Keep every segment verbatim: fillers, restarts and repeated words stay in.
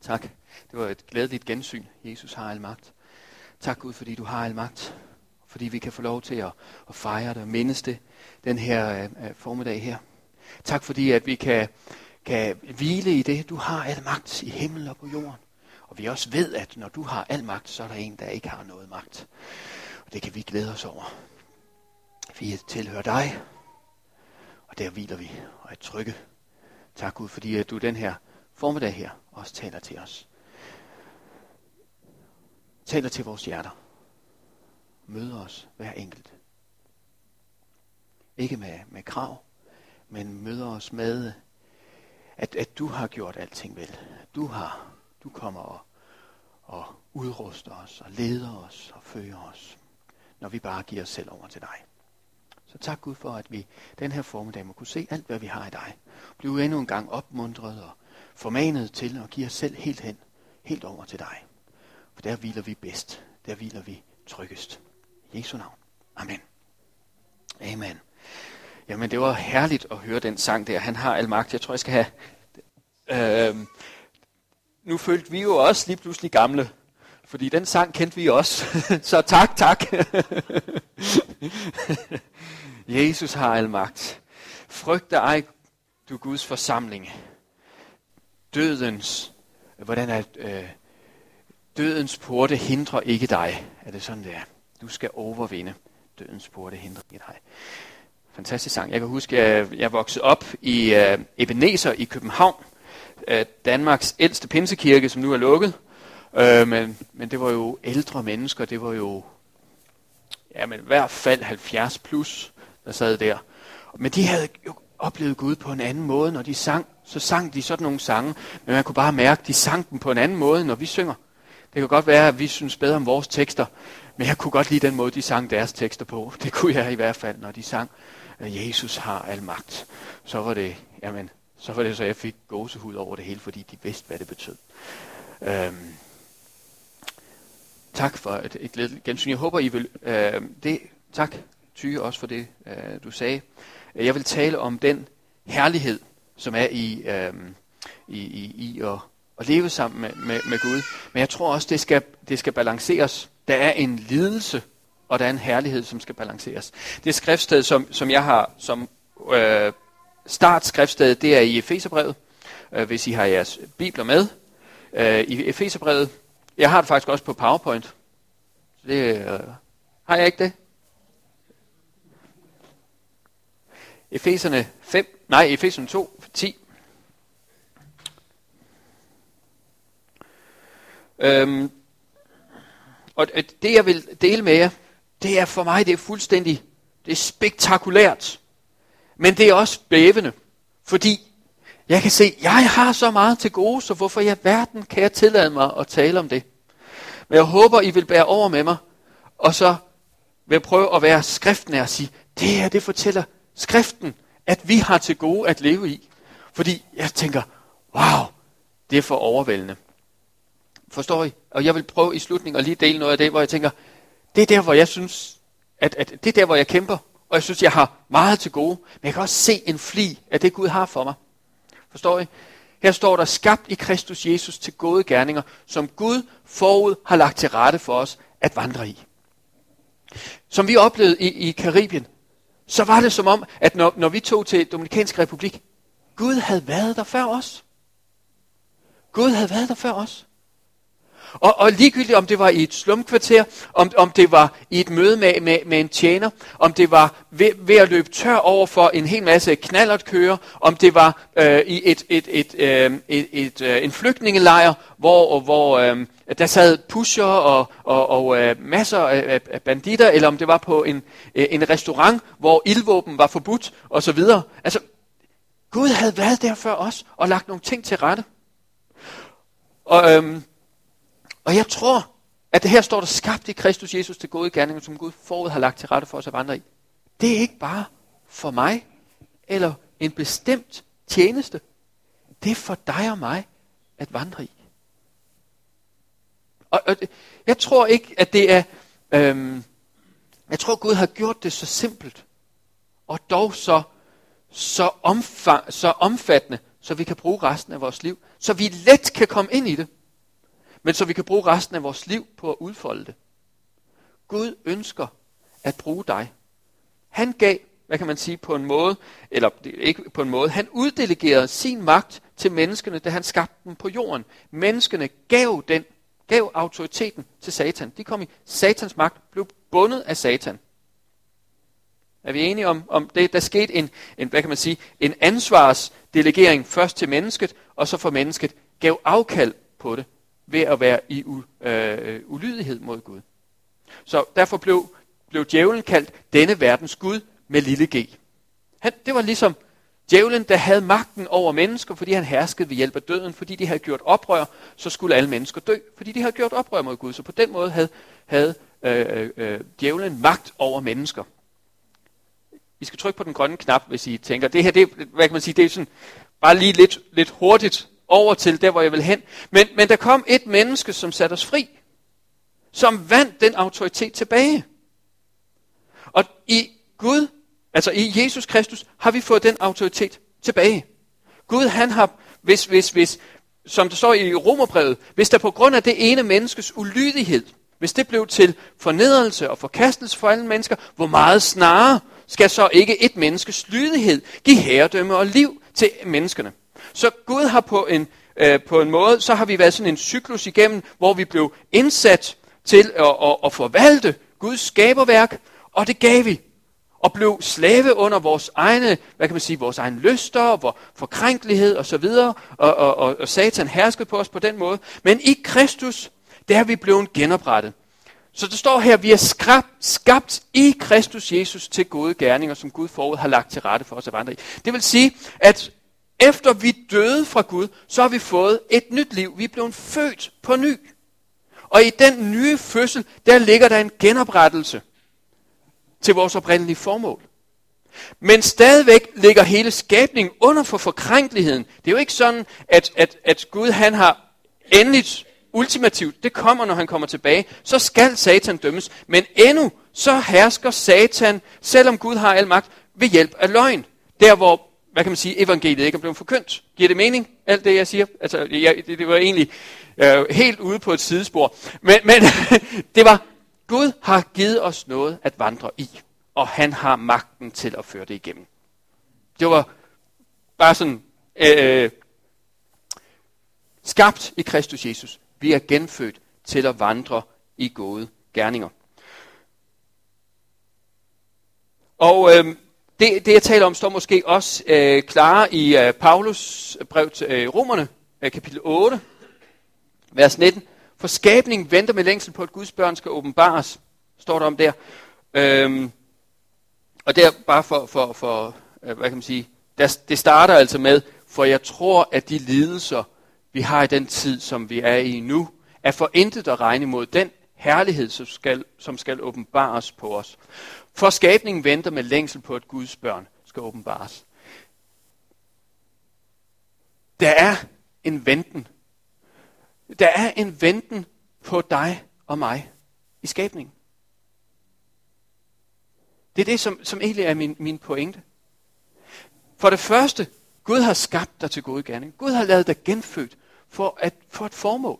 Tak. Det var et glædeligt gensyn. Jesus har al magt. Tak Gud, fordi du har al magt. Fordi vi kan få lov til at, at fejre det og mindes det den her uh, formiddag her. Tak fordi, at vi kan, kan hvile i det. Du har al magt i himmel og på jorden. Og vi også ved, at når du har al magt, så er der en, der ikke har noget magt. Og det kan vi glæde os over. Vi tilhører dig, og der hviler vi og er trygge. Tak Gud, fordi at du den her formiddag her også taler til os. Taler til vores hjerter. Møder os hver enkelt. Ikke med, med krav, men møder os med, at, at du har gjort alting vel. Du har, du kommer og, og udruster os og leder os og fører os, når vi bare giver os selv over til dig. Så tak Gud for, at vi den her formiddag må kunne se alt, hvad vi har i dig. Blive endnu en gang opmuntret og formanet til at give os selv helt hen, helt over til dig. For der hviler vi bedst. Der hviler vi tryggest. I Jesu navn. Amen. Amen. Jamen, det var herligt at høre den sang der. Han har al magt. Jeg tror, jeg skal have... Øh, nu følte vi jo også lige pludselig gamle. Fordi den sang kendte vi også. Så tak, tak. Jesus har al magt. Frygt ej, du Guds forsamling. Dødens... Hvordan er øh, dødens porte hindrer ikke dig. Er det sådan, det er? Du skal overvinde. Dødens porte hindrer ikke dig. Fantastisk sang. Jeg kan huske, at jeg voksede op i uh, Ebenezer i København. Uh, Danmarks ældste pinsekirke, som nu er lukket. Uh, men, men det var jo ældre mennesker. Det var jo ja, men i hvert fald halvfjerds plus, der sad der. Men de havde jo oplevet Gud på en anden måde, når de sang. Så sang de sådan nogle sange. Men man kunne bare mærke, at de sang dem på en anden måde, når vi synger. Det kan godt være, at vi synes bedre om vores tekster. Men jeg kunne godt lide den måde, de sang deres tekster på. Det kunne jeg i hvert fald, når de sang, at Jesus har al magt. Så var det, jamen, så var det så, jeg fik gåsehud over det hele, fordi de vidste, hvad det betød. Øhm, tak for et, et glædeligt gensyn. Jeg håber, I vil... Øh, det, tak, Tyge, også for det, øh, du sagde. Jeg vil tale om den herlighed, som er i, øh, i, i, i at, at leve sammen med, med, med Gud. Men jeg tror også, det skal, det skal balanceres. Der er en lidelse, og der er en herlighed, som skal balanceres. Det skriftsted, som, som jeg har som øh, startskriftsted, det er i Efeserbrevet, øh, hvis I har jeres bibler med. Øh, I Efeserbrevet, jeg har det faktisk også på PowerPoint. Det, øh, har jeg ikke det? Efeserne fem, nej, Efeserne to, ti. Øhm, og det jeg vil dele med jer, det er for mig, det er fuldstændig, det er spektakulært. Men det er også bævende, fordi jeg kan se, jeg har så meget til gode, så hvorfor i verden kan jeg tillade mig at tale om det? Men jeg håber, I vil bære over med mig, og så vil jeg prøve at være skriftnær og sige, det her, det fortæller skriften, at vi har til gode at leve i. Fordi jeg tænker, wow, det er for overvældende. Forstår I? Og jeg vil prøve i slutningen at lige dele noget af det, hvor jeg tænker, det er der, hvor jeg synes, at, at det er der, hvor jeg kæmper. Og jeg synes, jeg har meget til gode. Men jeg kan også se en fli af det, Gud har for mig. Forstår I? Her står der, skabt i Kristus Jesus til gode gerninger, som Gud forud har lagt til rette for os at vandre i. Som vi oplevede i, i Karibien, så var det som om, at når, når vi tog til Dominikansk Republik, Gud havde været der før os. Gud havde været der før os. Og, og ligegyldigt om det var i et slumkvarter, om, om det var i et møde med, med, med en tjener, om det var ved, ved at løbe tør over for en hel masse knallertkører, om det var øh, i et, et, et, øh, et, et, øh, en flygtningelejr, hvor, hvor øh, der sad pusher og, og, og øh, masser af, af banditter, eller om det var på en, øh, en restaurant, hvor ildvåben var forbudt osv. Altså, Gud havde været der før os og lagt nogle ting til rette. Og... Øh, Og jeg tror, at det her står der skabt i Kristus Jesus til gode gerninger, som Gud forud har lagt til rette for os at vandre i. Det er ikke bare for mig, eller en bestemt tjeneste. Det er for dig og mig at vandre i. Og, og jeg tror ikke, at det er... Øhm, jeg tror, Gud har gjort det så simpelt, og dog så, så, omfang, så omfattende, så vi kan bruge resten af vores liv, så vi let kan komme ind i det. men så vi kan bruge resten af vores liv på at udfolde det. Gud ønsker at bruge dig. Han gav, hvad kan man sige, på en måde, eller ikke på en måde, han uddelegerede sin magt til menneskene, da han skabte dem på jorden. Menneskene gav den, gav autoriteten til Satan. De kom i Satans magt, blev bundet af Satan. Er vi enige om, om det? Der skete en, en, hvad kan man sige, en ansvarsdelegering først til mennesket, og så for mennesket gav afkald på det ved at være i u, øh, ulydighed mod Gud. Så derfor blev, blev djævlen kaldt denne verdens Gud med lille g. Han, det var ligesom djævlen, der havde magten over mennesker, fordi han herskede ved hjælp af døden, fordi de havde gjort oprør, så skulle alle mennesker dø, fordi de havde gjort oprør mod Gud. Så på den måde havde, havde øh, øh, djævlen magt over mennesker. I skal trykke på den grønne knap, hvis I tænker, det her, det, hvad kan man sige, det er sådan, bare lige lidt, lidt hurtigt over til der, hvor jeg vil hen. Men, men der kom et menneske, som satte os fri, som vandt den autoritet tilbage. Og i Gud, altså i Jesus Kristus, har vi fået den autoritet tilbage. Gud, han har, hvis, hvis, hvis, som der står i Romerbrevet, hvis der på grund af det ene menneskes ulydighed, hvis det blev til fornedrelse og forkastelse for alle mennesker, hvor meget snarere skal så ikke et menneskes lydighed give herredømme og liv til menneskene. Så Gud har på en, øh, på en måde, så har vi været sådan en cyklus igennem, hvor vi blev indsat til at, at, at forvalte Guds skaberværk, og det gav vi. Og blev slave under vores egne, hvad kan man sige, vores egne lyster, vores forkrænkelighed og så videre, og, og, og, og Satan herskede på os på den måde. Men i Kristus, der er vi blevet genoprettet. Så der står her, at vi er skabt, skabt i Kristus Jesus til gode gerninger, som Gud forud har lagt til rette for os at vandre i. Det vil sige, at efter vi døde fra Gud, så har vi fået et nyt liv. Vi er blevet født på ny. Og i den nye fødsel, der ligger der en genoprettelse til vores oprindelige formål. Men stadigvæk ligger hele skabningen under for forkrænkeligheden. Det er jo ikke sådan, at, at, at Gud han har endeligt ultimativt, det kommer, når han kommer tilbage, så skal Satan dømmes. Men endnu så hersker Satan, selvom Gud har al magt, ved hjælp af løgn. Der hvor, hvad kan man sige, evangeliet ikke er blevet forkyndt. Giver det mening, alt det jeg siger? Altså, jeg, det, det var egentlig øh, helt ude på et sidespor. Men, men det var, Gud har givet os noget at vandre i, og han har magten til at føre det igennem. Det var bare sådan, øh, skabt i Kristus Jesus. Vi er genfødt til at vandre i gode gerninger. Og øh, det, det jeg taler om står måske også øh, klarere i øh, Paulus brev til øh, Romerne, øh, kapitel otte, vers nitten. For skabningen venter med længsel på, at Guds børn skal åbenbares, står der om der. Øhm, og der bare for, for, for øh, hvad kan man sige, der, det starter altså med, for jeg tror, at de lidelser, vi har i den tid, som vi er i nu, er for intet at regne mod den herlighed, som skal, som skal åbenbares på os. For skabningen venter med længsel på, at Guds børn skal åbenbares. Der er en venten. Der er en venten på dig og mig i skabningen. Det er det, som, som egentlig er min, min pointe. For det første, Gud har skabt dig til gode gerninger. Gud har lavet dig genfødt for, at, for et formål.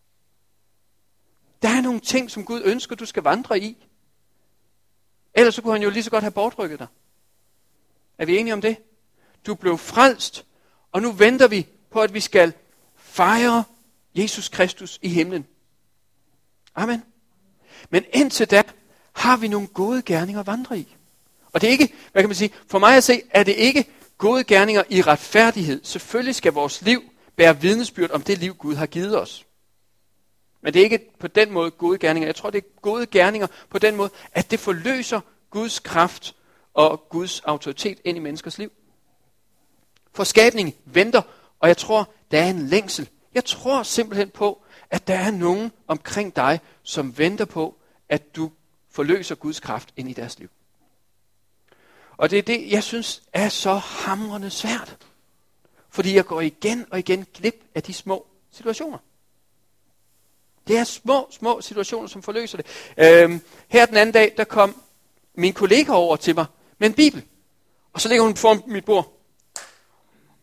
Der er nogle ting, som Gud ønsker, du skal vandre i. Ellers så kunne han jo lige så godt have bortrykket dig. Er vi enige om det? Du blev frelst, og nu venter vi på, at vi skal fejre Jesus Kristus i himlen. Amen. Men indtil da har vi nogle gode gerninger at vandre i. Og det er ikke, hvad kan man sige, for mig at se, er det ikke gode gerninger i retfærdighed. Selvfølgelig skal vores liv bære vidnesbyrd om det liv, Gud har givet os. Men det er ikke på den måde gode gerninger. Jeg tror, det er gode gerninger på den måde, at det forløser Guds kraft og Guds autoritet ind i menneskers liv. For skabningen venter, og jeg tror, der er en længsel. Jeg tror simpelthen på, at der er nogen omkring dig, som venter på, at du forløser Guds kraft ind i deres liv. Og det er det, jeg synes er så hamrende svært. Fordi jeg går igen og igen glip af de små situationer. Det er små, små situationer, som forløser det. Øhm, her den anden dag, der kom min kollega over til mig med en bibel. Og så ligger hun foran mit bord.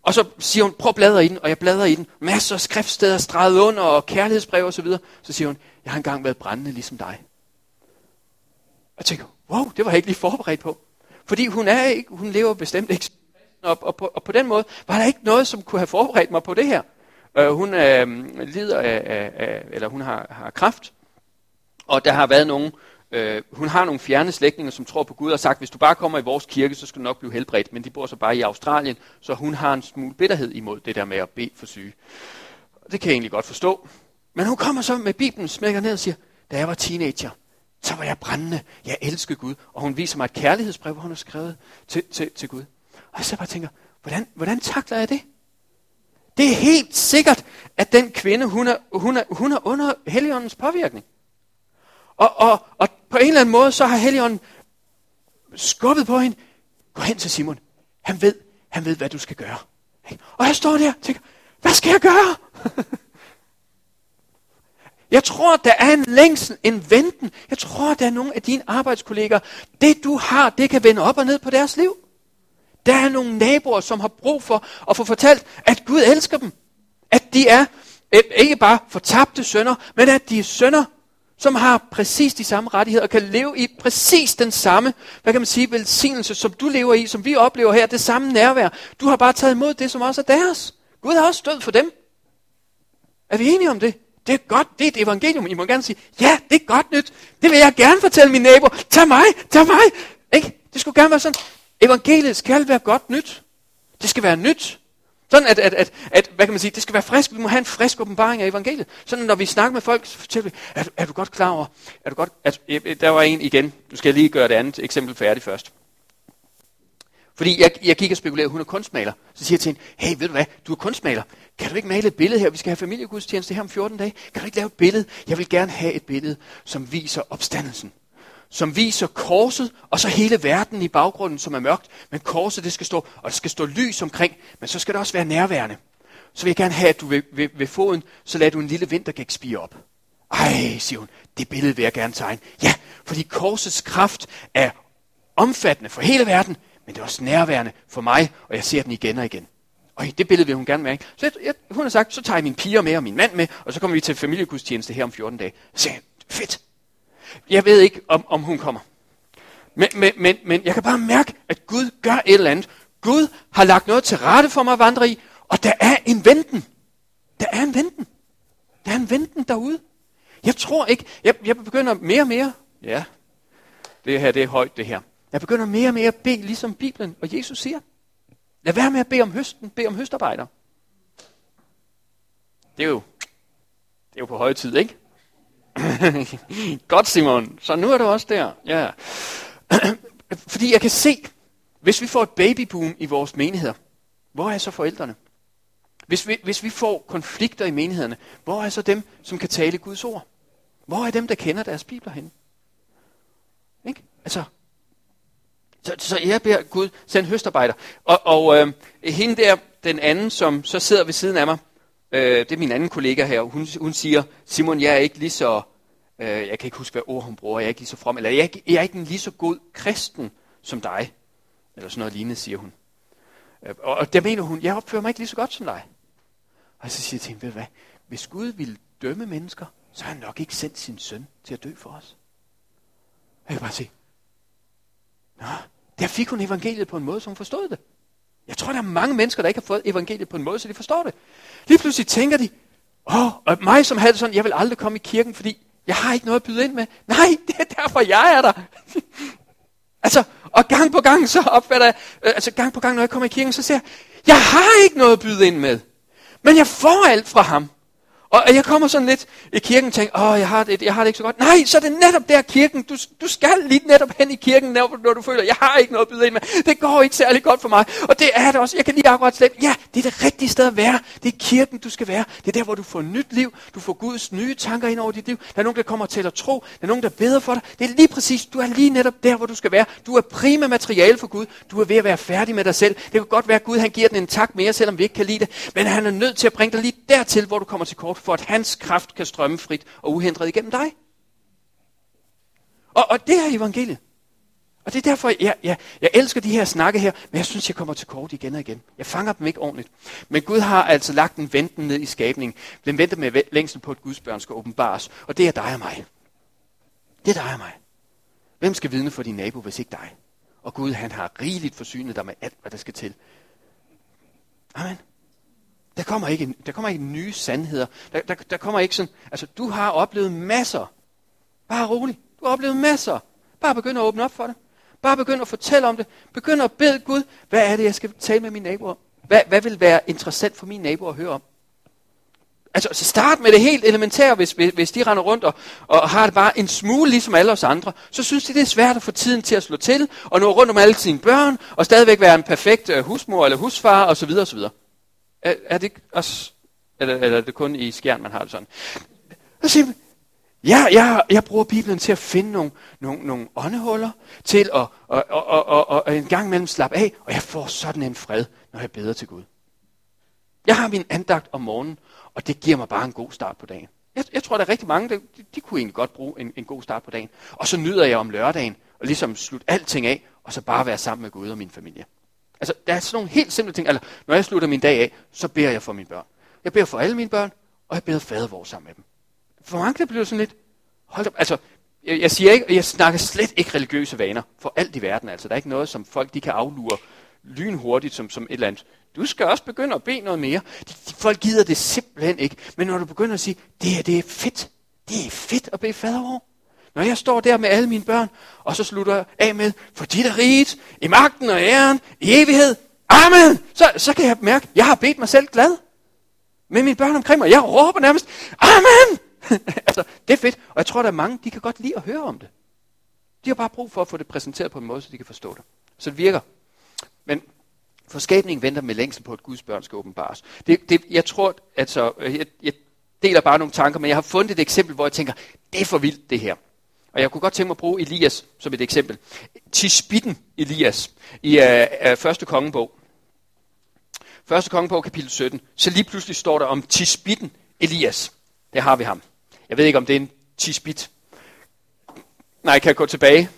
Og så siger hun, prøv at bladre i den, og jeg bladrer i den. Masser af skriftsteder streget under, og kærlighedsbrev og så videre. Så siger hun, jeg har engang været brændende ligesom dig. Og jeg tænker, wow, det var jeg ikke lige forberedt på. Fordi hun er ikke, hun lever bestemt ikke. Og, og, på, og på den måde var der ikke noget, som kunne have forberedt mig på det her. Uh, hun øh, lider af, af, af, eller hun har, har kræft. Og der har været nogen, øh, hun har nogle fjerne slægtninge, som tror på Gud, og sagt, hvis du bare kommer i vores kirke, så skal du nok blive helbredt. Men de bor så bare i Australien, så hun har en smule bitterhed imod det der med at bede for syge. Og det kan jeg egentlig godt forstå. Men hun kommer så med Bibelen, smækker ned og siger, da jeg var teenager, så var jeg brændende. Jeg elskede Gud. Og hun viser mig et kærlighedsbrev, hvor hun har skrevet til, til, til Gud. Og så bare tænker, hvordan, hvordan takler jeg det? Det er helt sikkert, at den kvinde, hun er, hun er, hun er under Helligåndens påvirkning. Og, og, og på en eller anden måde, så har Helligånden skubbet på hende. Gå hen til Simon. Han ved, han ved, hvad du skal gøre. Og jeg står der og tænker, hvad skal jeg gøre? Jeg tror, der er en længsel, en venten. Jeg tror, der er nogle af dine arbejdskolleger. Det du har, det kan vende op og ned på deres liv. Der er nogle naboer, som har brug for at få fortalt, at Gud elsker dem. At de er ikke bare fortabte sønner, men at de er sønner, som har præcis de samme rettigheder, og kan leve i præcis den samme, hvad kan man sige, velsignelse, som du lever i, som vi oplever her, det samme nærvær. Du har bare taget imod det, som også er deres. Gud har også stået for dem. Er vi enige om det? Det er godt, det er et evangelium. I må gerne sige, ja, det er godt nyt. Det vil jeg gerne fortælle mine naboer. Tag mig, tag mig. Ikke? Det skulle gerne være sådan. Evangeliet skal være godt nyt. Det skal være nyt. Sådan at, at, at, at, hvad kan man sige, det skal være frisk. Vi må have en frisk åbenbaring af evangeliet. Sådan når vi snakker med folk, så fortæller vi, er du, er du godt klar over, er du godt, at, der var en igen, du skal lige gøre det andet eksempel færdigt først. Fordi jeg, jeg gik og spekulerede, hun er kunstmaler. Så siger jeg til hende, hey, ved du hvad, du er kunstmaler. Kan du ikke male et billede her? Vi skal have familiegudstjeneste her om fjorten dage. Kan du ikke lave et billede? Jeg vil gerne have et billede, som viser opstandelsen. Som viser korset, og så hele verden i baggrunden, som er mørkt. Men korset, det skal stå, og der skal stå lys omkring, men så skal det også være nærværende. Så vil jeg gerne have, at du ved, ved, ved foden, så lader du en lille vintergæk spire op. Ej, siger hun, det billede vil jeg gerne tegne. Ja, fordi korsets kraft er omfattende for hele verden, men det er også nærværende for mig, og jeg ser den igen og igen. Og det billede vil hun gerne mærke. Så jeg, jeg, hun har sagt, så tager jeg mine piger med og min mand med, og så kommer vi til familiegudstjeneste her om fjorten dage. Så siger jeg, fedt. Jeg ved ikke, om, om hun kommer. Men, men, men, men jeg kan bare mærke, at Gud gør et eller andet. Gud har lagt noget til rette for mig at vandre i, og der er en venten. Der er en venten. Der er en venten derude. Jeg tror ikke, jeg, jeg begynder mere og mere, ja, det her det er højt det her. Jeg begynder mere og mere at bede, ligesom Bibelen og Jesus siger. Lad være med at bede om høsten, bede om høstarbejdere. Det er jo, det er jo på høje tid, ikke? Godt, Simon. Så nu er du også der. Ja. Fordi jeg kan se, hvis vi får et babyboom i vores menigheder, hvor er så forældrene? Hvis vi, hvis vi får konflikter i menighederne, hvor er så dem, som kan tale Guds ord? Hvor er dem, der kender deres bibler henne? Ikke? Altså, så, så jeg beder Gud, send høstarbejder. Og, og øh, hende der, den anden, som så sidder ved siden af mig, øh, det er min anden kollega her, hun, hun siger, Simon, jeg er ikke lige så, øh, jeg kan ikke huske, hvad ord hun bruger, jeg er ikke lige så from, eller jeg er ikke, jeg er ikke en lige så god kristen som dig. Eller sådan noget lignende, siger hun. Øh, og, og der mener hun, jeg opfører mig ikke lige så godt som dig. Og så siger jeg til hende, ved du hvad, hvis Gud ville dømme mennesker, så har han nok ikke sendt sin søn til at dø for os. Jeg kan bare se, nå, der fik hun evangeliet på en måde, som hun forstod det. Jeg tror, der er mange mennesker, der ikke har fået evangeliet på en måde, så de forstår det. Lige pludselig tænker de, åh, og mig som havde det sådan, jeg vil aldrig komme i kirken, fordi jeg har ikke noget at byde ind med. Nej, det er derfor, jeg er der. altså, og gang på gang, så opfatter jeg, øh, altså gang på gang, når jeg kommer i kirken, så siger jeg, jeg har ikke noget at byde ind med. Men jeg får alt fra ham. Og jeg kommer sådan lidt i kirken og tænker, åh, jeg har, det, jeg har det ikke så godt. Nej, så er det netop der kirken. Du, du skal lige netop hen i kirken, når, når du føler, jeg har ikke noget at byde ind med. Det går ikke særlig godt for mig. Og det er det også. Jeg kan lige akkurat slet. Ja, det er det rigtige sted at være. Det er kirken, du skal være. Det er der, hvor du får nyt liv. Du får Guds nye tanker ind over dit liv. Der er nogen, der kommer til at tro. Der er nogen, der beder for dig. Det er lige præcis. Du er lige netop der, hvor du skal være. Du er prima materiale for Gud. Du er ved at være færdig med dig selv. Det kan godt være, at Gud han giver den en tak mere, selvom vi ikke kan lide det. Men han er nødt til at bringe dig lige dertil, hvor du kommer til kort, for at hans kraft kan strømme frit og uhindret igennem dig. Og, og det er evangeliet. Og det er derfor, jeg, jeg, jeg elsker de her snakke her, men jeg synes, jeg kommer til kort igen og igen. Jeg fanger dem ikke ordentligt. Men Gud har altså lagt en venten ned i skabningen. Den venter med længsel på, at Guds børn skal åbenbares. Og det er dig og mig. Det er dig og mig. Hvem skal vidne for din nabo, hvis ikke dig? Og Gud, han har rigeligt forsynet dig med alt, hvad der skal til. Amen. Der kommer ikke, der kommer ikke nye sandheder. Der, der, der kommer ikke sådan, altså du har oplevet masser. Bare rolig. Du har oplevet masser. Bare begynd at åbne op for det. Bare begynd at fortælle om det. Begynd at bede Gud, hvad er det, jeg skal tale med mine naboer om? Hvad, hvad vil være interessant for mine naboer at høre om? Altså, så start med det helt elementære, hvis, hvis de render rundt og, og har det bare en smule ligesom alle os andre, så synes de, det er svært at få tiden til at slå til, og nå rundt om alle sine børn, og stadigvæk være en perfekt uh, husmor eller husfar, osv. osv. Er, er det også, eller, eller er det kun i Skjern, man har det sådan? Så Ja, jeg, jeg bruger Bibelen til at finde nogle, nogle, nogle åndehuller, til at og, og, og, og, og en gang imellem slappe af, og jeg får sådan en fred, når jeg beder til Gud. Jeg har min andagt om morgenen, og det giver mig bare en god start på dagen. Jeg, jeg tror, der er rigtig mange, der, de, de kunne egentlig godt bruge en, en god start på dagen. Og så nyder jeg om lørdagen, og ligesom slutte alting af, og så bare være sammen med Gud og min familie. Altså, der er sådan nogle helt simple ting. Altså, når jeg slutter min dag af, så beder jeg for mine børn. Jeg beder for alle mine børn, og jeg beder fadervor sammen med dem. For mange, der bliver sådan lidt, hold op, altså, jeg, jeg siger ikke, jeg snakker slet ikke religiøse vaner, for alt i verden, altså, der er ikke noget, som folk, de kan aflure lynhurtigt, som, som et eller andet. Du skal også begynde at bede noget mere. De, de folk gider det simpelthen ikke, men når du begynder at sige, det her, det er fedt, det er fedt at bede fadervor. Når jeg står der med alle mine børn, og så slutter jeg af med, for dit er riget, i magten og æren, i evighed, amen, så, så kan jeg mærke, jeg har bedt mig selv glad. Med mine børn omkring mig, jeg råber nærmest, amen! Altså, det er fedt, og jeg tror, der er mange, de kan godt lide at høre om det. De har bare brug for at få det præsenteret på en måde, så de kan forstå det. Så det virker. Men for skabningen venter med længsel på, at Guds børn skal åbenbares. Det, det, jeg tror, altså, jeg, jeg deler bare nogle tanker, men jeg har fundet et eksempel, hvor jeg tænker, det er for vildt det her. Og jeg kunne godt tænke mig at bruge Elias som et eksempel. Tishbitten Elias i uh, uh, første kongebog. Første kongebog, kapitel sytten. Så lige pludselig står der om Tishbitten Elias. Der har vi ham. Jeg ved ikke, om det er en Tishbit. Nej, kan jeg gå tilbage?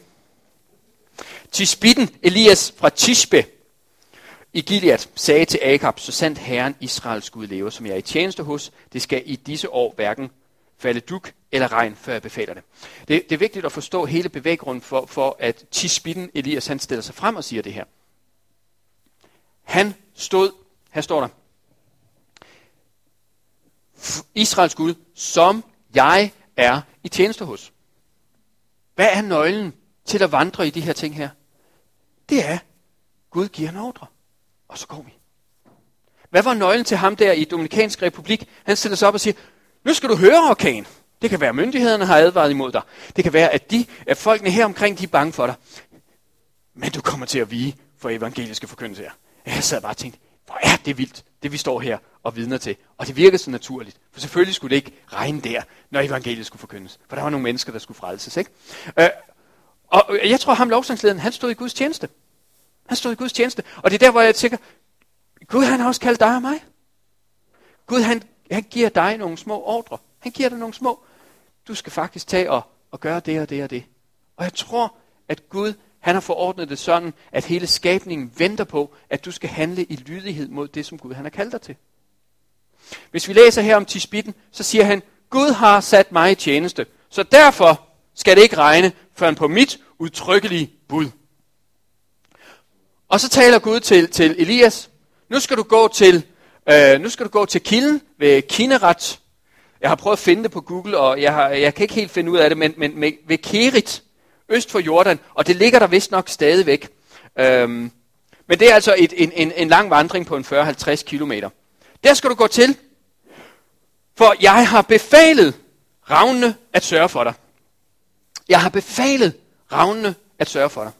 Tishbitten Elias fra Tishbe i Gilead sagde til Akab, så sandt Herren Israels Gud lever, som jeg er i tjeneste hos, det skal i disse år hverken falde dug eller regn, før jeg befaler det. Det, det er vigtigt at forstå hele bevæggrunden for, for at Tishbitten Elias, han stiller sig frem og siger det her. Han stod, her står der, Israels Gud, som jeg er i tjeneste hos. Hvad er nøglen til at vandre i de her ting her? Det er, Gud giver en ordre, og så går vi. Hvad var nøglen til ham der i Dominikansk Republik? Han stiller sig op og siger, nu skal du høre, orkan. Det kan være, at myndighederne har advaret imod dig. Det kan være, at, de, at folkene her omkring, de er bange for dig. Men du kommer til at vige for evangeliske forkyndelse her. Jeg sad bare og tænkte, hvor er det vildt, det vi står her og vidner til. Og det virker så naturligt. For selvfølgelig skulle det ikke regne der, når evangeliet skulle forkyndes. For der var nogle mennesker, der skulle frelses, ikke? Øh, og jeg tror, ham lovsangslederen, han stod i Guds tjeneste. Han stod i Guds tjeneste. Og det er der, hvor jeg tænker, Gud, han har også kaldt dig og mig. Gud, han, han giver dig nogle små ordre. Han giver dig nogle små. Du skal faktisk tage og, og gøre det og det og det. Og jeg tror, at Gud, han har forordnet det sådan, at hele skabningen venter på, at du skal handle i lydighed mod det, som Gud han har kaldt dig til. Hvis vi læser her om Tishbitten, så siger han, Gud har sat mig i tjeneste, så derfor skal det ikke regne, før på mit udtrykkelige bud. Og så taler Gud til, til Elias, nu skal du gå til, øh, nu skal du gå til kilden ved Kinneret. Jeg har prøvet at finde det på Google, og jeg, har, jeg kan ikke helt finde ud af det, men, men med, ved Kerit, øst for Jordan, og det ligger der vist nok stadigvæk. Øhm, men det er altså et, en, en, en lang vandring på en fyrre til halvtreds kilometer. Der skal du gå til, for jeg har befalet ravnene at sørge for dig. Jeg har befalet ravnene at sørge for dig.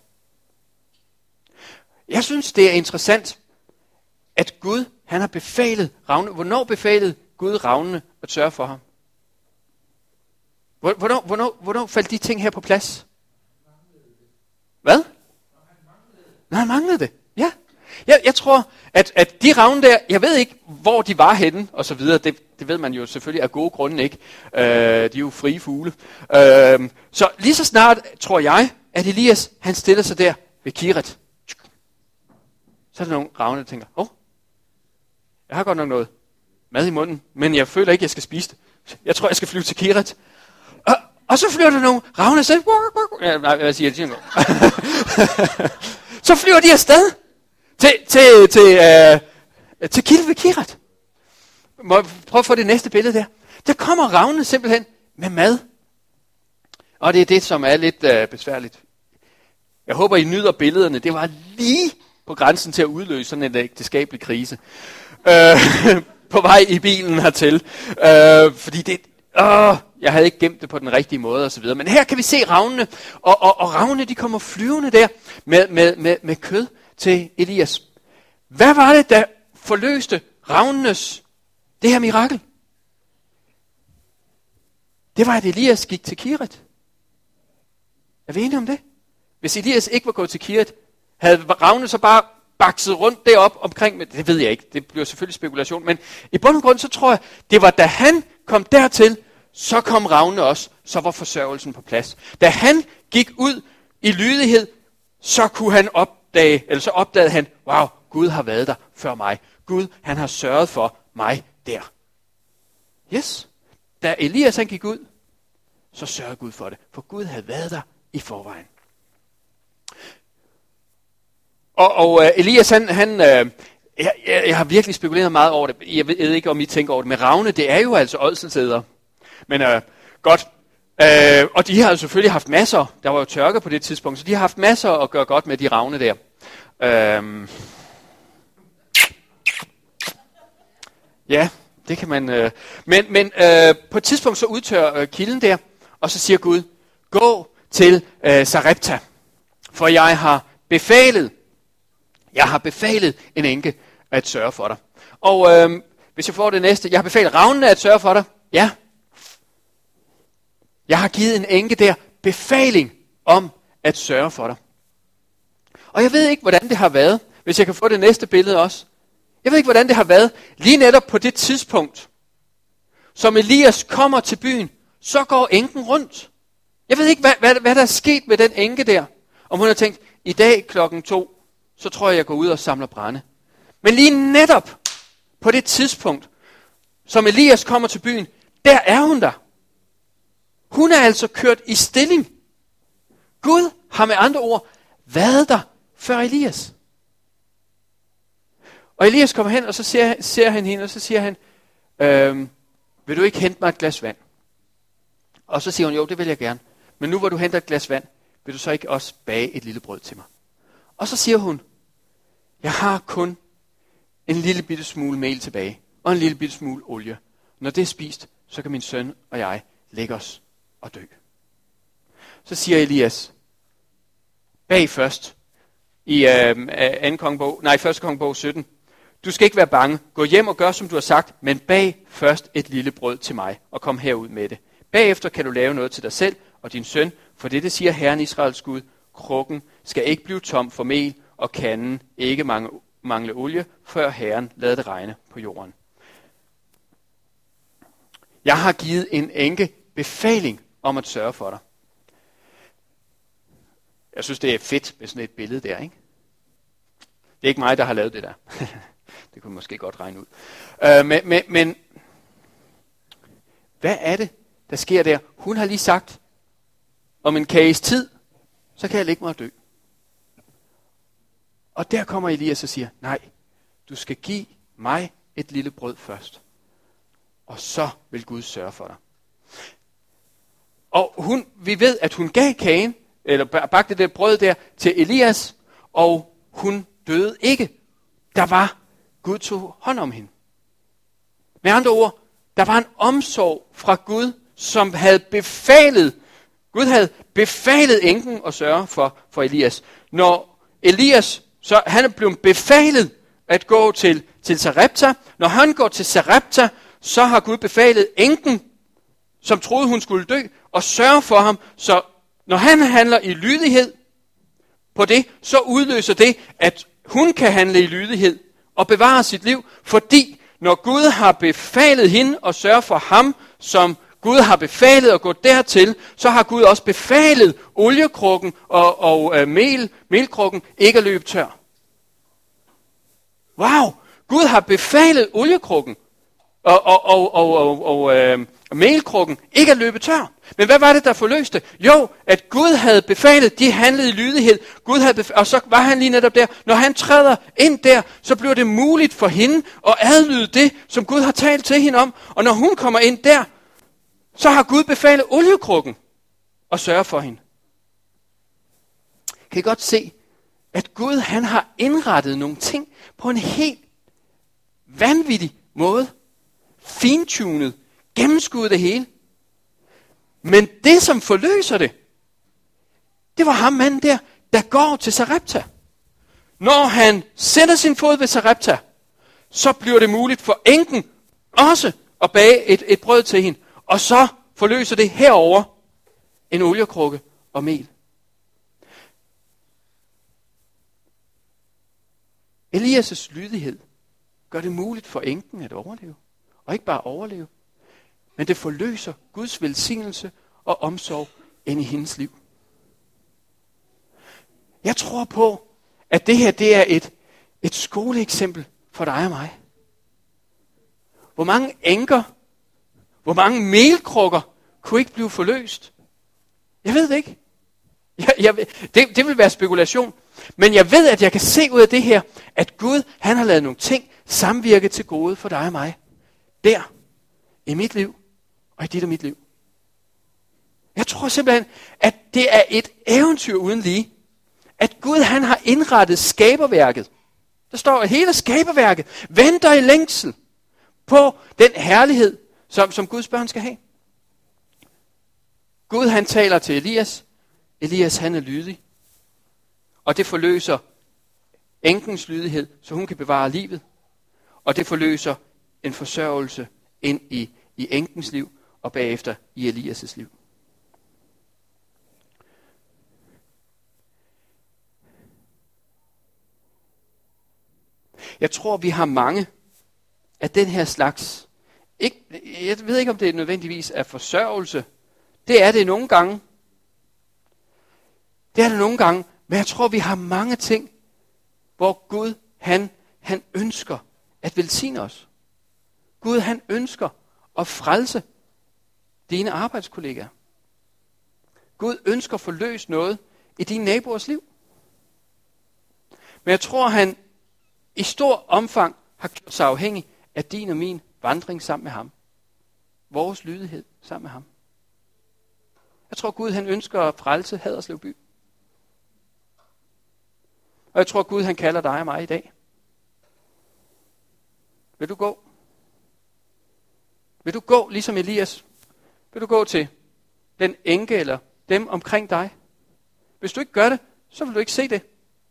Jeg synes, det er interessant, at Gud, han har befalet ravnene. Hvornår befalede Gud ravnene at sørge for ham? Hvornår, hvornår, hvornår faldt de ting her på plads? Hvad? Når han manglede det. Ja. Jeg, jeg tror, at, at de ravne der, jeg ved ikke, hvor de var henne, og så videre. Det, det ved man jo selvfølgelig af gode grunde ikke. Øh, de er jo frie fugle. Øh, så lige så snart, tror jeg, at Elias, han stiller sig der ved Kiret. Så er der nogle ravne, der tænker, åh, oh, jeg har godt nok noget mad i munden, men jeg føler ikke, jeg skal spise det. Jeg tror, jeg skal flyve til Kiret. Og, og så flyver der nogle ravne, så... Ja, nej, hvad siger jeg? Så flyver de afsted til, til, til, øh, til Kiret ved Kiret. Må jeg prøve at få det næste billede der. Der kommer ravne simpelthen med mad. Og det er det, som er lidt øh, besværligt. Jeg håber, I nyder billederne. Det var lige på grænsen til at udløse sådan en ægteskabelig krise. Øh, på vej i bilen hertil. Øh, fordi det... Åh, jeg havde ikke gemt det på den rigtige måde og så videre. Men her kan vi se ravnene. Og, og, og ravnene, de kommer flyvende der med, med, med, med kød til Elias. Hvad var det, der forløste ravnenes det her mirakel? Det var, at Elias gik til Kiret. Er vi enige om det? Hvis Elias ikke var gået til Kiret, havde ravne så bare bakset rundt derop omkring, men det ved jeg ikke, det bliver selvfølgelig spekulation, men i bund og grund så tror jeg, det var da han kom dertil, så kom ravne også, så var forsørgelsen på plads. Da han gik ud i lydighed, så kunne han opdage, eller så opdagede han, wow, Gud har været der før mig. Gud, han har sørget for mig der. Yes. Da Elias han gik ud, så sørgede Gud for det, for Gud havde været der i forvejen. Og, og uh, Elias, han, han uh, jeg, jeg, jeg har virkelig spekuleret meget over det. Jeg ved, jeg ved ikke, om I tænker over det. Men ravne, det er jo altså ådselsædere. Men uh, godt. Uh, og de har jo selvfølgelig haft masser. Der var jo tørke på det tidspunkt, så de har haft masser at gøre godt med de ravne der. Uh, ja, det kan man. Uh, men men uh, på et tidspunkt så udtør uh, kilden der, og så siger Gud, gå til uh, Sarepta, for jeg har befalet, jeg har befalet en enke at sørge for dig. Og øh, hvis jeg får det næste, jeg har befalet ravnene at sørge for dig. Ja. Jeg har givet en enke der befaling om at sørge for dig. Og jeg ved ikke, hvordan det har været, hvis jeg kan få det næste billede også. Jeg ved ikke, hvordan det har været lige netop på det tidspunkt, som Elias kommer til byen, så går enken rundt. Jeg ved ikke, hvad, hvad, hvad der er sket med den enke der. Om hun har tænkt, i dag klokken to, så tror jeg, jeg går ud og samler brænde. Men lige netop på det tidspunkt, som Elias kommer til byen, der er hun der. Hun er altså kørt i stilling. Gud har med andre ord været der før Elias. Og Elias kommer hen, og så ser, ser han hende, og så siger han, øhm, vil du ikke hente mig et glas vand? Og så siger hun, jo, det vil jeg gerne. Men nu hvor du henter et glas vand, vil du så ikke også bage et lille brød til mig? Og så siger hun, jeg har kun en lille bitte smule mel tilbage, og en lille bitte smule olie. Når det er spist, så kan min søn og jeg lægge os og dø. Så siger Elias, bag først, i øh, anden kongebog, nej, første kongebog sytten, du skal ikke være bange, gå hjem og gør, som du har sagt, men bag først et lille brød til mig, og kom herud med det. Bagefter kan du lave noget til dig selv og din søn, for det, det siger Herren Israels Gud, krukken skal ikke blive tom for mel, og kanden ikke mangle, mangle olie, før Herren lader det regne på jorden. Jeg har givet en enke befaling om at sørge for dig. Jeg synes, det er fedt med sådan et billede der, ikke? Det er ikke mig, der har lavet det der. Det kunne man måske godt regne ud. Øh, men, men, men hvad er det, der sker der? Hun har lige sagt, om en kages tid, så kan jeg lægge mig og dø. Og der kommer Elias og siger, nej, du skal give mig et lille brød først. Og så vil Gud sørge for dig. Og hun, vi ved, at hun gav kagen, eller bagte det brød der til Elias, og hun døde ikke. Der var, Gud tog hånd om hende. Med andre ord, der var en omsorg fra Gud, som havde befalet, Gud havde befalet enken at sørge for, for Elias. Når Elias, så han er blevet befalet at gå til, til Sarepta. Når han går til Sarepta, så har Gud befalet enken, som troede hun skulle dø, og sørge for ham. Så når han handler i lydighed på det, så udløser det, at hun kan handle i lydighed og bevare sit liv. Fordi når Gud har befalet hende at sørge for ham, som Gud har befalet at gå dertil, så har Gud også befalet oliekrukken og, og øh, mel, melkrukken ikke at løbe tør. Wow! Gud har befalet oliekrukken og, og, og, og, og, og øh, melkrukken ikke at løbe tør. Men hvad var det, der forløste? Jo, at Gud havde befalet, de handlede i lydighed. Gud havde befalet, og så var han lige netop der. Når han træder ind der, så bliver det muligt for hende at adlyde det, som Gud har talt til hende om. Og når hun kommer ind der, så har Gud befalet oliekrukken at sørge for hende. Kan I godt se, at Gud han har indrettet nogle ting på en helt vanvittig måde. Fintunet, gennemskuddet det hele. Men det, som forløser det, det var ham manden der, der går til Sarepta. Når han sætter sin fod ved Sarepta, så bliver det muligt for enken også at bage et, et brød til hende. Og så forløser det herover en oliekrukke og mel. Elias' lydighed gør det muligt for enken at overleve. Og ikke bare overleve, men det forløser Guds velsignelse og omsorg ind i hendes liv. Jeg tror på, at det her det er et, et skoleeksempel for dig og mig. Hvor mange enker, hvor mange melkrukker kunne ikke blive forløst? Jeg ved det ikke. Jeg, jeg, det, det vil være spekulation. Men jeg ved, at jeg kan se ud af det her, at Gud han har lavet nogle ting samvirke til gode for dig og mig. Der, i mit liv, og i dit og mit liv. Jeg tror simpelthen, at det er et eventyr uden lige. At Gud han har indrettet skaberværket. Der står, at hele skaberværket venter i længsel på den herlighed, som, som Guds børn skal have. Gud han taler til Elias. Elias han er lydig. Og det forløser enkens lydighed, så hun kan bevare livet. Og det forløser en forsørgelse ind i, i enkens liv, og bagefter i Elias' liv. Jeg tror, vi har mange af den her slags. Ikke, jeg ved ikke, om det nødvendigvis er forsørgelse. Det er det nogle gange. Det er det nogle gange. Men jeg tror, vi har mange ting, hvor Gud, han, han ønsker at velsigne os. Gud, han ønsker at frelse dine arbejdskollegaer. Gud ønsker at forløse noget i dine naboers liv. Men jeg tror, han i stor omfang har gjort sig afhængig af din og min vandring sammen med ham. Vores lydighed sammen med ham. Jeg tror, Gud han ønsker at frelse Haderslev by. Og jeg tror, Gud han kalder dig og mig i dag. Vil du gå? Vil du gå ligesom Elias? Vil du gå til den enke eller dem omkring dig? Hvis du ikke gør det, så vil du ikke se det.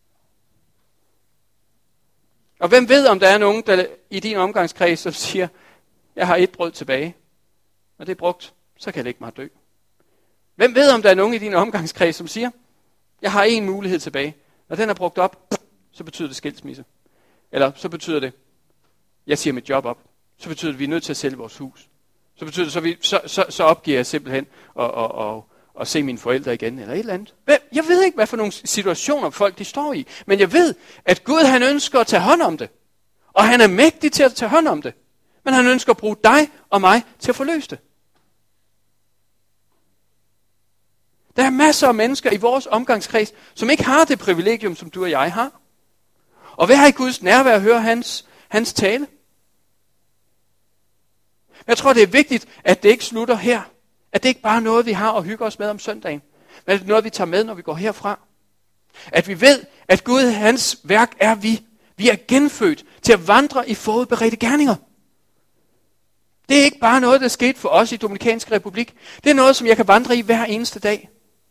Og hvem ved, om der er nogen der i din omgangskreds, som siger, jeg har et brød tilbage. Når det er brugt, så kan jeg lægge mig dø. Hvem ved, om der er nogen i din omgangskreds, som siger, jeg har en mulighed tilbage. Når den er brugt op, så betyder det skilsmisse. Eller så betyder det, jeg siger mit job op. Så betyder det, at vi er nødt til at sælge vores hus. Så betyder det, så, vi, så, så, så opgiver jeg simpelthen at, at, at, at se mine forældre igen, eller et eller andet. Jeg ved ikke, hvad for nogle situationer folk de står i, men jeg ved, at Gud han ønsker at tage hånd om det. Og han er mægtig til at tage hånd om det. Men han ønsker at bruge dig og mig til at forløse det. Der er masser af mennesker i vores omgangskreds, som ikke har det privilegium, som du og jeg har. Og være i Guds nærvær og høre hans, hans tale. Jeg tror, det er vigtigt, at det ikke slutter her. At det ikke bare er noget, vi har at hygge os med om søndagen. Men at det er noget, vi tager med, når vi går herfra. At vi ved, at Gud, hans værk er vi. Vi er genfødt til at vandre i forudberedte gerninger. Det er ikke bare noget, der skete for os i Dominikansk Republik. Det er noget, som jeg kan vandre i hver eneste dag.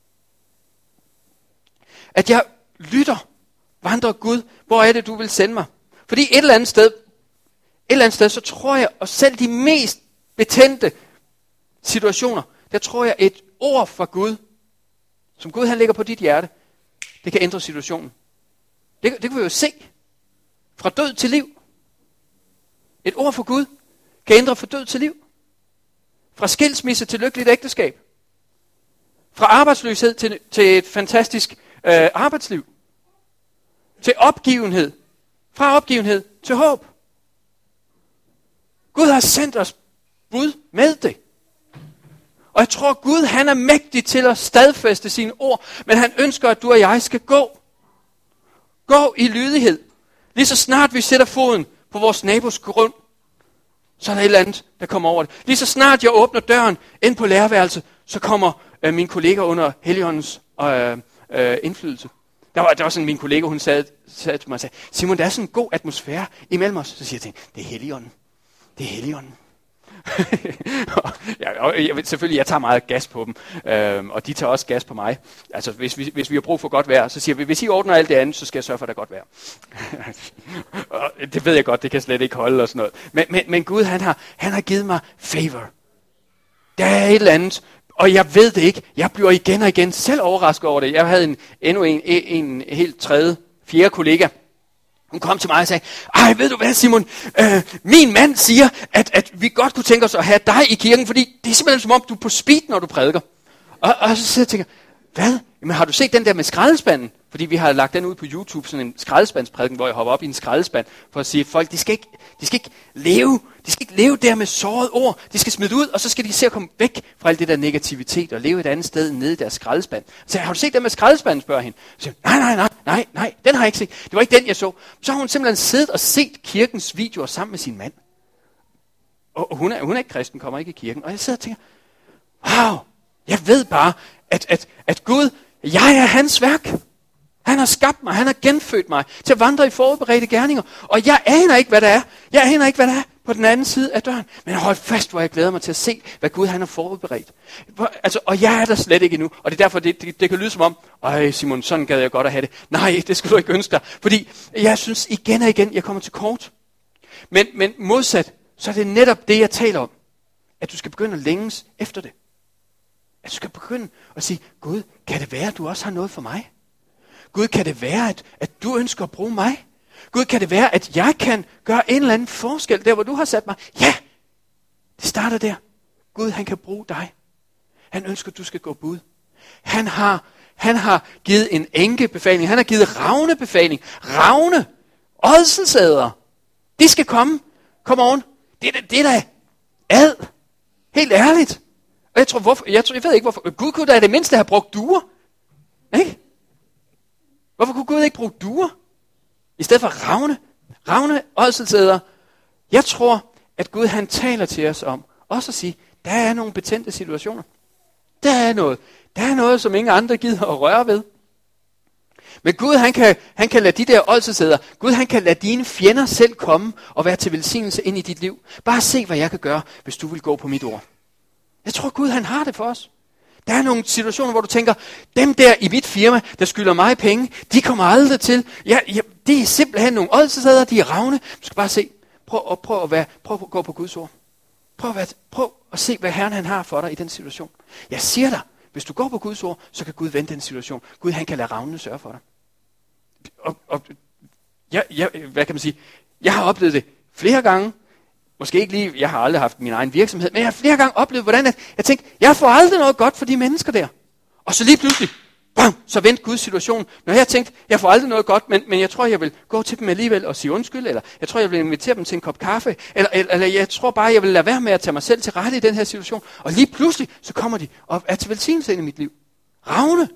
At jeg lytter, vandrer Gud, hvor er det, du vil sende mig? Fordi et eller andet sted, et eller andet sted, så tror jeg, og selv de mest betændte situationer, der tror jeg, et ord fra Gud, som Gud han lægger på dit hjerte, det kan ændre situationen. Det, det kan vi jo se. Fra død til liv. Et ord fra Gud kan ændre fra død til liv. Fra skilsmisse til lykkeligt ægteskab. Fra arbejdsløshed til, til et fantastisk øh, arbejdsliv. Til opgivenhed. Fra opgivenhed til håb. Gud har sendt os bud med det. Og jeg tror, Gud han er mægtig til at stadfæste sine ord, men han ønsker, at du og jeg skal gå. Gå i lydighed. Lige så snart vi sætter foden på vores nabos grund, så er der et eller andet, der kommer over det. Lige så snart jeg åbner døren ind på lærerværelset, så kommer øh, min kollega under Helligåndens øh, øh, indflydelse. Der var, der var sådan min kollega, hun sagde, sagde til mig og sagde, Simon, der er sådan en god atmosfære imellem os. Så siger jeg til hende, det er Helligånden. Det er Helligånden. ja, og jeg, selvfølgelig, jeg tager meget gas på dem, øhm, og de tager også gas på mig. Altså, hvis vi, hvis vi har brug for godt vejr, så siger vi, hvis I ordner alt det andet, så skal jeg sørge for, at der er godt vejr. og det ved jeg godt, det kan slet ikke holde og sådan noget. Men, men, men Gud, han har, han har givet mig favor. Der er et eller andet, og jeg ved det ikke. Jeg bliver igen og igen selv overrasket over det. Jeg havde en, endnu en, en, en helt tredje, fjerde kollega. Hun kom til mig og sagde, ej, ved du hvad, Simon, øh, min mand siger, at, at vi godt kunne tænke os at have dig i kirken, fordi det er simpelthen som om, du er på speed, når du prædiker. Og, og så sidder jeg og tænker, hvad? Jamen, har du set den der med skraldespanden? Fordi vi har lagt den ud på YouTube, sådan en skraldespandsprædiken, hvor jeg hopper op i en skraldespand, for at sige, at folk, de skal ikke, de skal ikke leve, de skal ikke leve der med såret ord. De skal smide det ud, og så skal de se at komme væk fra alt det der negativitet, og leve et andet sted nede i deres skraldespand. Så har du set den med skraldespanden, spørger hende. Så siger, nej, nej, nej, nej, nej, den har jeg ikke set. Det var ikke den, jeg så. Så har hun simpelthen siddet og set kirkens videoer sammen med sin mand. Og hun er, hun er ikke kristen, kommer ikke i kirken. Og jeg sidder og tænker, wow, jeg ved bare, at, at, at Gud, jeg er hans værk. Han har skabt mig, han har genfødt mig til at vandre i forberedte gerninger. Og jeg aner ikke, hvad der er. Jeg aner ikke, hvad der er på den anden side af døren. Men hold fast, hvor jeg glæder mig til at se, hvad Gud han har forberedt. Altså, og jeg er der slet ikke endnu. Og det er derfor, det, det, det kan lyde som om, ej Simon, sådan gad jeg godt at have det. Nej, det skal du ikke ønske dig. Fordi jeg synes igen og igen, jeg kommer til kort. Men, men modsat, så er det netop det, jeg taler om. At du skal begynde at længes efter det. At du skal begynde at sige, Gud, kan det være, at du også har noget for mig? Gud, kan det være, at, at du ønsker at bruge mig? Gud, kan det være, at jeg kan gøre en eller anden forskel der, hvor du har sat mig? Ja, det starter der. Gud, han kan bruge dig. Han ønsker, at du skal gå bud. Han har, han har givet en enkebefaling. Han har givet ravnebefaling. Ravne, ådselsædere, de skal komme. Kom on. Det er det er da ad. Helt ærligt. Og jeg tror, hvorfor, jeg, tror, jeg ved ikke, hvorfor. Gud kunne da det mindste have brugt duer. Ikke? Hvorfor kunne Gud ikke bruge duer? I stedet for ravne. Ravne, ådselsædere. Jeg tror, at Gud han taler til os om. Også at sige, der er nogle betændte situationer. Der er noget. Der er noget, som ingen andre gider at røre ved. Men Gud han kan, han kan lade de der ådselsædere. Gud han kan lade dine fjender selv komme og være til velsignelse ind i dit liv. Bare se, hvad jeg kan gøre, hvis du vil gå på mit ord. Jeg tror, Gud han har det for os. Der er nogle situationer, hvor du tænker, dem der i mit firma, der skylder mig penge, de kommer aldrig til. Ja, ja, det er simpelthen nogle ådselsædere, de er ravne. Du skal bare se. Prøv at, prøv at, være, prøv at gå på Guds ord. Prøv at, være, prøv at se, hvad Herren han har for dig i den situation. Jeg siger dig, hvis du går på Guds ord, så kan Gud vende den situation. Gud han kan lade ravnene sørge for dig. Og, og ja, ja, hvad kan man sige? Jeg har oplevet det flere gange. Måske ikke lige, jeg har aldrig haft min egen virksomhed, men jeg har flere gange oplevet, hvordan at jeg tænkte, jeg får aldrig noget godt for de mennesker der. Og så lige pludselig, bam, så vendte Guds situation. Når jeg tænkte, jeg får aldrig noget godt, men, men jeg tror, jeg vil gå til dem alligevel og sige undskyld, eller jeg tror, jeg vil invitere dem til en kop kaffe, eller, eller, eller jeg tror bare, jeg vil lade være med at tage mig selv til rette i den her situation. Og lige pludselig, så kommer de og er til velsignelse ind i mit liv. Ravne.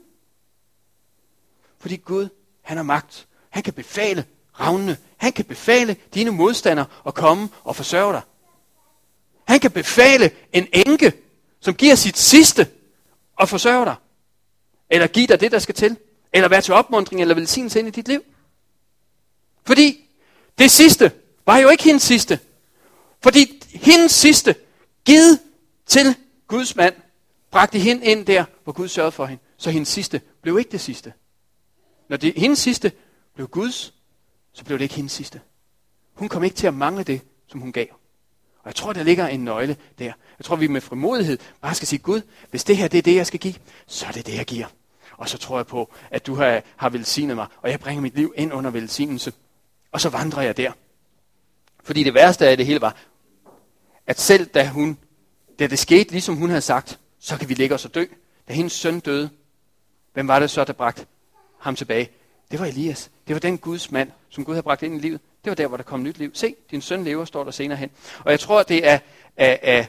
Fordi Gud, han har magt. Han kan befale ravnene. Han kan befale dine modstandere at komme og forsørge dig. Han kan befale en enke, som giver sit sidste og forsørge dig. Eller give dig det, der skal til. Eller være til opmuntring eller velsignelse ind i dit liv. Fordi det sidste var jo ikke hendes sidste. Fordi hendes sidste, givet til Guds mand, bragte hende ind der, hvor Gud sørgede for hende. Så hendes sidste blev ikke det sidste. Når det, hendes sidste blev Guds, så blev det ikke hendes sidste. Hun kom ikke til at mangle det, som hun gav. Og jeg tror, der ligger en nøgle der. Jeg tror, vi med frimodighed bare skal sige, Gud, hvis det her det er det, jeg skal give, så er det det, jeg giver. Og så tror jeg på, at du har, har velsignet mig, og jeg bringer mit liv ind under velsignelse. Og så vandrer jeg der. Fordi det værste af det hele var, at selv da hun da det skete, ligesom hun havde sagt, så kan vi lægge os og dø. Da hendes søn døde, hvem var det så, der bragte ham tilbage? Det var Elias. Det var den Guds mand, som Gud havde bragt ind i livet. Det var der, hvor der kom nyt liv. Se, din søn lever, står der senere hen. Og jeg tror, det er, er, er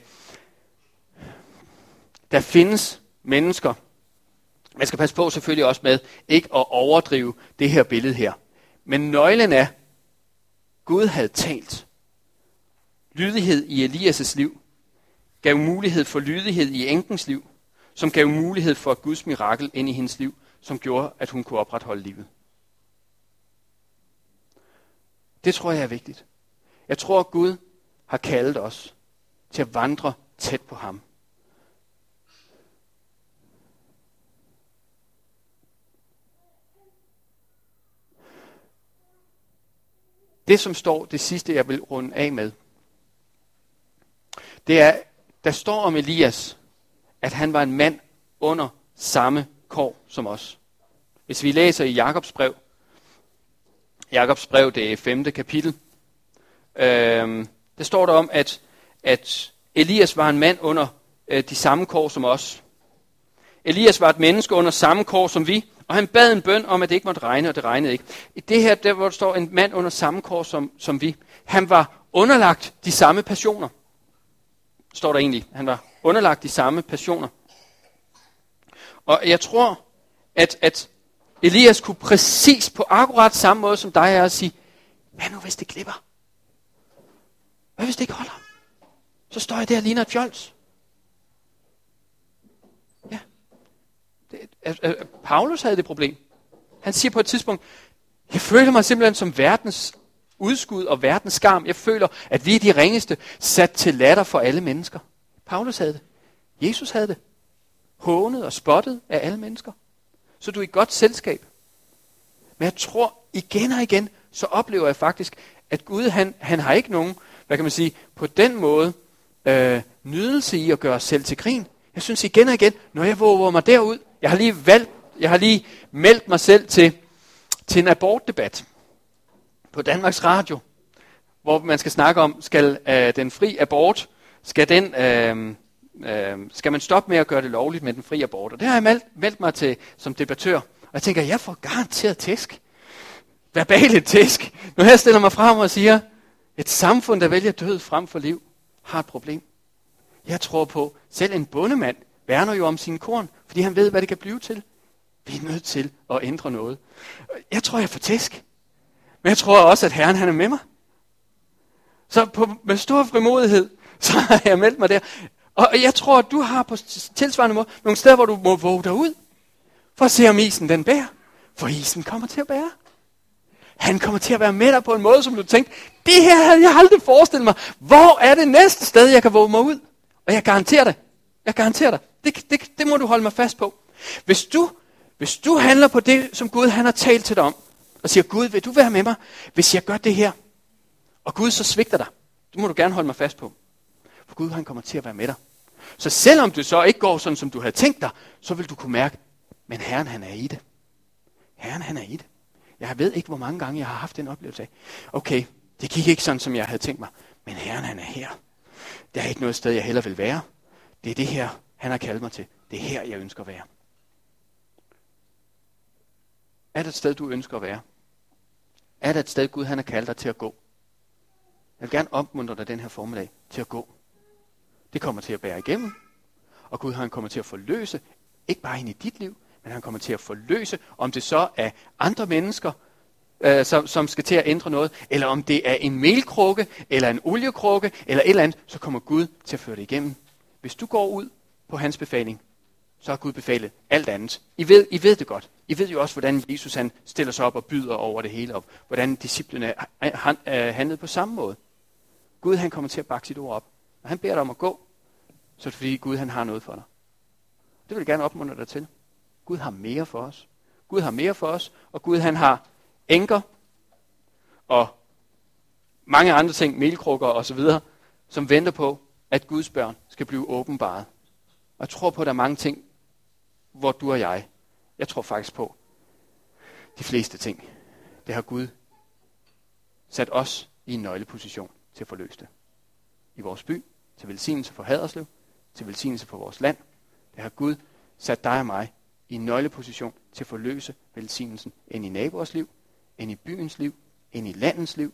der findes mennesker. Man skal passe på selvfølgelig også med ikke at overdrive det her billede her. Men nøglen er, Gud havde talt. Lydighed i Elias' liv gav mulighed for lydighed i enkens liv, som gav mulighed for Guds mirakel ind i hendes liv, som gjorde, at hun kunne opretholde livet. Det tror jeg er vigtigt. Jeg tror, at Gud har kaldet os til at vandre tæt på ham. Det, som står, det sidste, jeg vil runde af med, det er, der står om Elias, at han var en mand under samme kår som os. Hvis vi læser i Jakobs brev, Jakobs brev, det er femte kapitel, øh, der står der om, at, at Elias var en mand under øh, de samme kår som os. Elias var et menneske under samme kår som vi, og han bad en bøn om, at det ikke måtte regne, og det regnede ikke. I det her, der hvor der står en mand under samme kår som, som vi, han var underlagt de samme passioner. Står der egentlig. Han var underlagt de samme passioner. Og jeg tror, at, at Elias kunne præcis på akkurat samme måde som dig er at sige, hvad nu hvis det glipper? Hvad hvis det ikke holder? Så står jeg der og ligner et fjols. Ja. Det, at, at Paulus havde det problem. Han siger på et tidspunkt, jeg føler mig simpelthen som verdens udskud og verdens skam. Jeg føler, at vi er de ringeste sat til latter for alle mennesker. Paulus havde det. Jesus havde det. Hånet og spottet af alle mennesker. Så du er i godt selskab. Men jeg tror igen og igen, så oplever jeg faktisk, at Gud han, han har ikke nogen, hvad kan man sige, på den måde øh, nydelse i at gøre os selv til grin. Jeg synes igen og igen, når jeg våger mig derud, jeg har lige valgt, jeg har lige meldt mig selv til, til en abortdebat på Danmarks Radio, hvor man skal snakke om, skal øh, den fri abort, skal den, øh, øh, skal man stoppe med at gøre det lovligt med den fri abort? Og det har jeg meldt, meldt mig til som debattør. Og jeg tænker, jeg får garanteret tæsk. Verbale tæsk. Når jeg stiller mig frem og siger, et samfund, der vælger død frem for liv, har et problem. Jeg tror på, selv en bondemand værner jo om sine korn, fordi han ved, hvad det kan blive til. Vi er nødt til at ændre noget. Jeg tror, jeg får tæsk. Men jeg tror også, at Herren han er med mig. Så på, med stor frimodighed, så har jeg meldt mig der. Og jeg tror, at du har på tilsvarende måde nogle steder, hvor du må våge dig ud. For at se, om isen den bærer. For isen kommer til at bære. Han kommer til at være med dig på en måde, som du tænkte, det her havde jeg aldrig forestillet mig. Hvor er det næste sted, jeg kan våge mig ud? Og jeg garanterer det. Jeg garanterer dig. Det, det, det må du holde mig fast på. Hvis du, hvis du handler på det, som Gud han har talt til dig om, og siger, Gud, vil du være med mig, hvis jeg gør det her? Og Gud så svigter dig. Det må du gerne holde mig fast på. For Gud han kommer til at være med dig. Så selvom du så ikke går sådan, som du havde tænkt dig, så vil du kunne mærke, men Herren han er i det. Herren han er i det. Jeg ved ikke, hvor mange gange jeg har haft den oplevelse af, okay, det gik ikke sådan, som jeg havde tænkt mig, men Herren han er her. Der er ikke noget sted, jeg hellere vil være. Det er det her, han har kaldt mig til. Det er her, jeg ønsker at være. Er der et sted, du ønsker at være? Er der et sted, Gud han har kaldt dig til at gå? Jeg vil gerne opmuntre dig den her formiddag til at gå. Det kommer til at bære igennem, og Gud han kommer til at forløse, ikke bare ind i dit liv, men han kommer til at forløse, om det så er andre mennesker, øh, som, som skal til at ændre noget, eller om det er en melkrukke, eller en oliekrukke, eller et eller andet, så kommer Gud til at føre det igennem. Hvis du går ud på hans befaling, så har Gud befalet alt andet. I ved, I ved det godt. I ved jo også, hvordan Jesus han stiller sig op og byder over det hele op. Hvordan disciplene han, øh, handlede på samme måde. Gud han kommer til at bakke sit ord op. Når han beder dig om at gå, så er det fordi Gud han har noget for dig. Det vil jeg gerne opmuntre dig til. Gud har mere for os. Gud har mere for os, og Gud han har enker og mange andre ting, melkrukker og så videre, som venter på, at Guds børn skal blive åbenbaret. Og jeg tror på, at der er mange ting, hvor du og jeg, jeg tror faktisk på, de fleste ting, det har Gud sat os i en nøgleposition til at forløse det. I vores by, til velsignelse for Haderslev, til velsignelse for vores land. Der har Gud sat dig og mig i en nøgleposition til at forløse velsignelsen ind i naboers liv, ind i byens liv, ind i landets liv.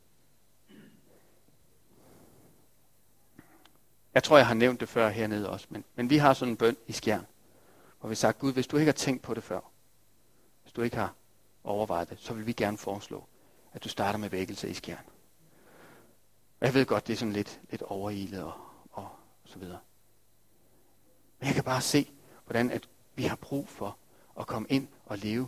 Jeg tror, jeg har nævnt det før hernede også, men, men vi har sådan en bøn i Skjern, hvor vi har sagt, Gud, hvis du ikke har tænkt på det før, hvis du ikke har overvejet det, så vil vi gerne foreslå, at du starter med vækkelse i Skjern. Jeg ved godt, det er sådan lidt, lidt overilet og, og så videre. Men jeg kan bare se, hvordan at vi har brug for at komme ind og leve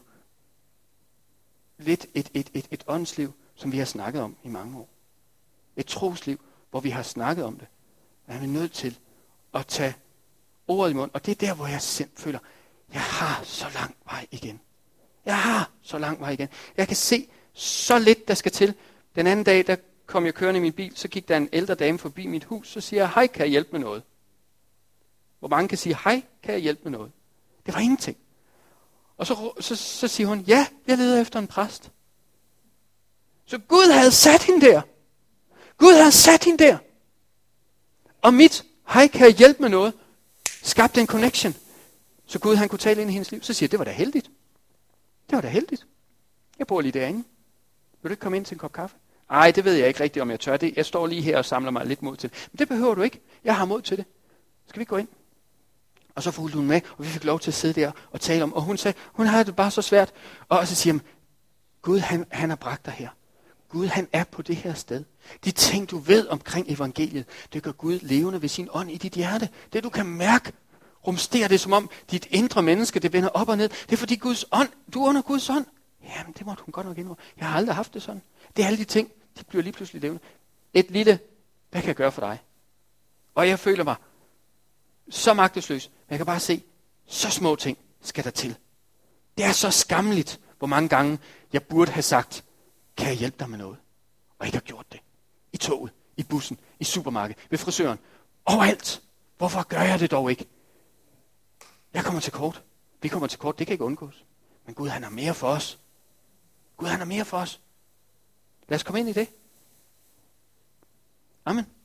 lidt et, et, et, et åndsliv, som vi har snakket om i mange år. Et trosliv, hvor vi har snakket om det. Jeg er nødt til at tage ordet i mund. Og det er der, hvor jeg selv føler, jeg har så lang vej igen. Jeg har så lang vej igen. Jeg kan se så lidt, der skal til. Den anden dag, der kom jeg kørende i min bil, så gik der en ældre dame forbi mit hus, så siger jeg, hej, kan jeg hjælpe med noget? Hvor mange kan sige, hej, kan jeg hjælpe med noget? Det var ingenting. Og så, så, så siger hun, ja, jeg leder efter en præst. Så Gud havde sat hende der. Gud havde sat hende der. Og mit, hej, kan jeg hjælpe med noget? Skabte en connection. Så Gud, han kunne tale ind i hendes liv. Så siger jeg, det var da heldigt. Det var da heldigt. Jeg bor lige derinde. Vil du ikke komme ind til en kop kaffe? Ej, det ved jeg ikke rigtigt, om jeg tør det. Jeg står lige her og samler mig lidt mod til det. Men det behøver du ikke. Jeg har mod til det. Skal vi gå ind? Og så fulgte hun med, og vi fik lov til at sidde der og tale om. Og hun sagde, hun havde det bare så svært. Og så siger hun, Gud, han, han har bragt dig her. Gud, han er på det her sted. De ting, du ved omkring evangeliet, det gør Gud levende ved sin ånd i dit hjerte. Det, du kan mærke, rumsterer det, som om dit indre menneske, det vender op og ned. Det er fordi Guds ånd, du er under Guds ånd. Jamen, det måtte hun godt nok indrømme. Jeg har aldrig haft det sådan. Det er alle de ting, de bliver lige pludselig levende. Et lille, hvad kan jeg gøre for dig? Og jeg føler mig så magtesløs, men jeg kan bare se, så små ting skal der til. Det er så skammeligt, hvor mange gange jeg burde have sagt, kan jeg hjælpe dig med noget? Og ikke har gjort det. I toget, i bussen, i supermarkedet, ved frisøren, overalt. Hvorfor gør jeg det dog ikke? Jeg kommer til kort. Vi kommer til kort, det kan ikke undgås. Men Gud, han har mere for os. Gud, han har mere for os. Lad os komme ind i det. Amen.